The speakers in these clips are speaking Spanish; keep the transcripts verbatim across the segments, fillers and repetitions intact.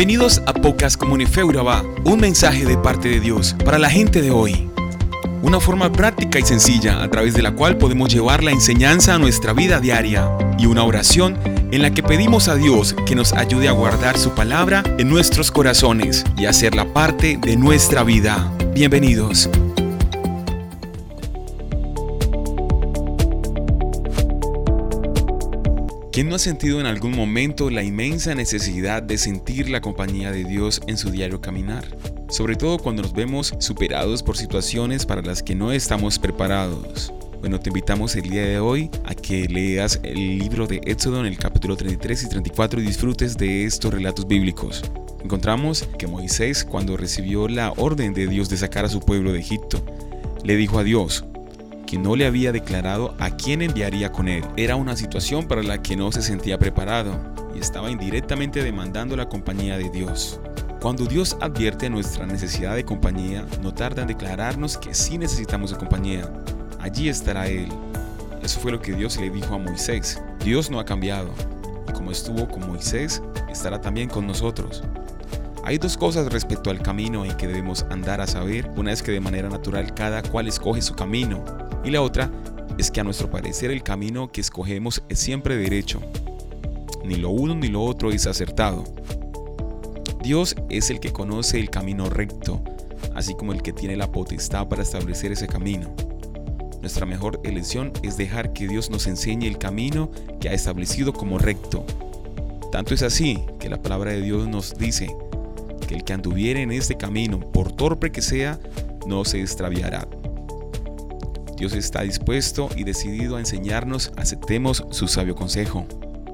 Bienvenidos a Podcast Comunifeuraba, un mensaje de parte de Dios para la gente de hoy. Una forma práctica y sencilla a través de la cual podemos llevar la enseñanza a nuestra vida diaria, y una oración en la que pedimos a Dios que nos ayude a guardar su palabra en nuestros corazones y hacerla parte de nuestra vida. Bienvenidos. ¿Quién no ha sentido en algún momento la inmensa necesidad de sentir la compañía de Dios en su diario caminar? Sobre todo cuando nos vemos superados por situaciones para las que no estamos preparados. Bueno, te invitamos el día de hoy a que leas el libro de Éxodo en el capítulo treinta y tres y treinta y cuatro y disfrutes de estos relatos bíblicos. Encontramos que Moisés, cuando recibió la orden de Dios de sacar a su pueblo de Egipto, le dijo a Dios que no le había declarado a quién enviaría con él. Era una situación para la que no se sentía preparado y estaba indirectamente demandando la compañía de Dios. Cuando Dios advierte nuestra necesidad de compañía, no tarda en declararnos que sí necesitamos de compañía. Allí estará Él. Eso fue lo que Dios le dijo a Moisés. Dios no ha cambiado, y como estuvo con Moisés, estará también con nosotros. Hay dos cosas respecto al camino en que debemos andar a saber. Una es que de manera natural cada cual escoge su camino, y la otra es que a nuestro parecer el camino que escogemos es siempre derecho. Ni lo uno ni lo otro es acertado. Dios es el que conoce el camino recto, así como el que tiene la potestad para establecer ese camino. Nuestra mejor elección es dejar que Dios nos enseñe el camino que ha establecido como recto. Tanto es así que la palabra de Dios nos dice que el que anduviere en este camino, por torpe que sea, no se extraviará. Dios está dispuesto y decidido a enseñarnos, aceptemos su sabio consejo.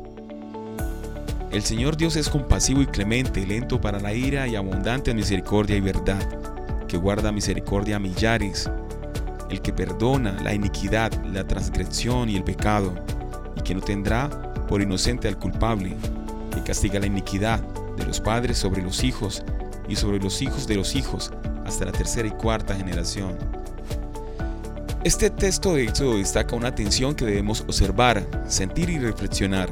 El Señor Dios es compasivo y clemente, lento para la ira y abundante en misericordia y verdad, que guarda misericordia a millares, el que perdona la iniquidad, la transgresión y el pecado, y que no tendrá por inocente al culpable, que castiga la iniquidad de los padres sobre los hijos y sobre los hijos de los hijos, hasta la tercera y cuarta generación. Este texto de Éxodo destaca una tensión que debemos observar, sentir y reflexionar.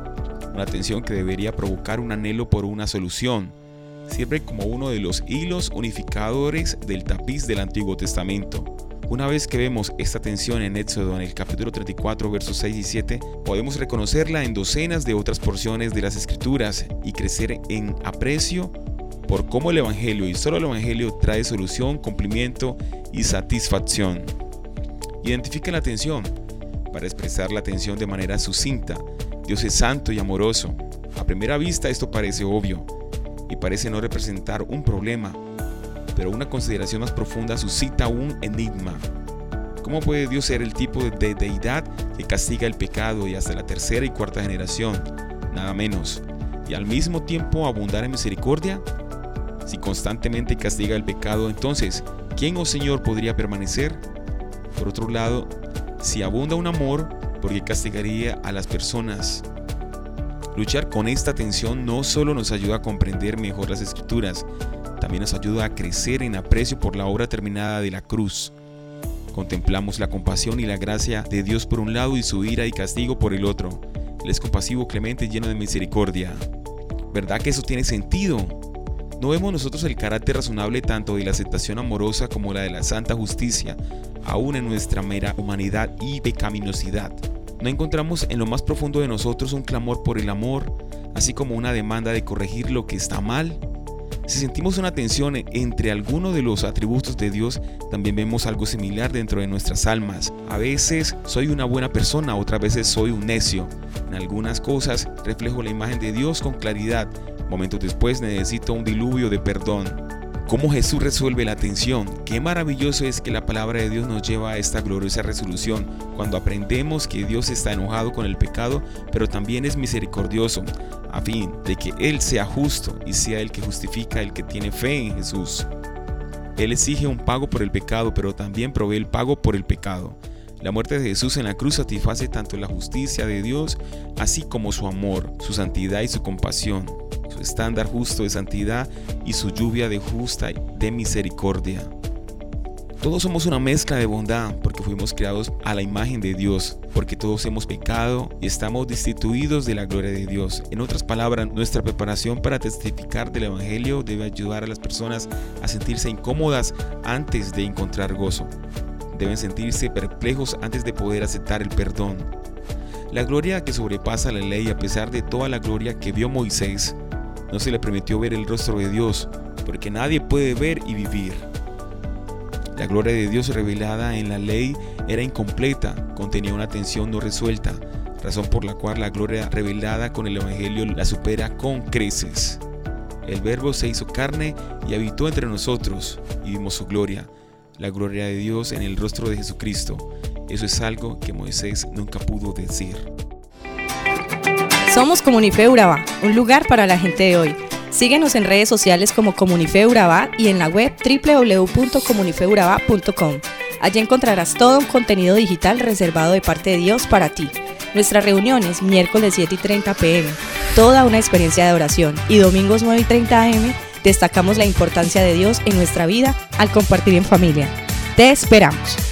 Una tensión que debería provocar un anhelo por una solución. Sirve como uno de los hilos unificadores del tapiz del Antiguo Testamento. Una vez que vemos esta tensión en Éxodo en el capítulo treinta y cuatro, versos seis y siete, podemos reconocerla en docenas de otras porciones de las Escrituras y crecer en aprecio por cómo el Evangelio y solo el Evangelio trae solución, cumplimiento y satisfacción. Identifica la tensión para expresar la tensión de manera sucinta. Dios es santo y amoroso. A primera vista esto parece obvio y parece no representar un problema, pero una consideración más profunda suscita un enigma. ¿Cómo puede Dios ser el tipo de deidad que castiga el pecado y hasta la tercera y cuarta generación, nada menos, y al mismo tiempo abundar en misericordia? Si constantemente castiga el pecado, entonces, ¿quién, oh Señor, podría permanecer? Por otro lado, si abunda un amor, ¿por qué castigaría a las personas? Luchar con esta tensión no solo nos ayuda a comprender mejor las Escrituras, también nos ayuda a crecer en aprecio por la obra terminada de la cruz. Contemplamos la compasión y la gracia de Dios por un lado y su ira y castigo por el otro. Él es compasivo, clemente y lleno de misericordia. ¿Verdad que eso tiene sentido? ¿No vemos nosotros el carácter razonable tanto de la aceptación amorosa como la de la santa justicia, aún en nuestra mera humanidad y pecaminosidad? ¿No encontramos en lo más profundo de nosotros un clamor por el amor, así como una demanda de corregir lo que está mal? Si sentimos una tensión entre alguno de los atributos de Dios, también vemos algo similar dentro de nuestras almas. A veces soy una buena persona, otras veces soy un necio. En algunas cosas reflejo la imagen de Dios con claridad. Momentos después necesito un diluvio de perdón. ¿Cómo Jesús resuelve la tensión? Qué maravilloso es que la palabra de Dios nos lleva a esta gloriosa resolución cuando aprendemos que Dios está enojado con el pecado, pero también es misericordioso, a fin de que Él sea justo y sea el que justifica el que tiene fe en Jesús. Él exige un pago por el pecado, pero también provee el pago por el pecado. La muerte de Jesús en la cruz satisface tanto la justicia de Dios, así como su amor, su santidad y su compasión, su estándar justo de santidad y su lluvia de justa de misericordia. Todos somos una mezcla de bondad porque fuimos creados a la imagen de Dios, porque todos hemos pecado y estamos destituidos de la gloria de Dios. En otras palabras, nuestra preparación para testificar del Evangelio debe ayudar a las personas a sentirse incómodas antes de encontrar gozo. Deben sentirse perplejos antes de poder aceptar el perdón. La gloria que sobrepasa la ley, a pesar de toda la gloria que vio Moisés, no se le permitió ver el rostro de Dios, porque nadie puede ver y vivir. La gloria de Dios revelada en la ley era incompleta, contenía una tensión no resuelta, razón por la cual la gloria revelada con el Evangelio la supera con creces. El Verbo se hizo carne y habitó entre nosotros y vimos su gloria, la gloria de Dios en el rostro de Jesucristo. Eso es algo que Moisés nunca pudo decir. Somos Comunife Urabá, un lugar para la gente de hoy. Síguenos en redes sociales como Comunife Urabá y en la web doble u doble u doble u punto comunife urabá punto com. Allí encontrarás todo un contenido digital reservado de parte de Dios para ti. Nuestras reuniones, miércoles siete y treinta pm, toda una experiencia de oración, y domingos nueve y treinta am, destacamos la importancia de Dios en nuestra vida al compartir en familia. Te esperamos.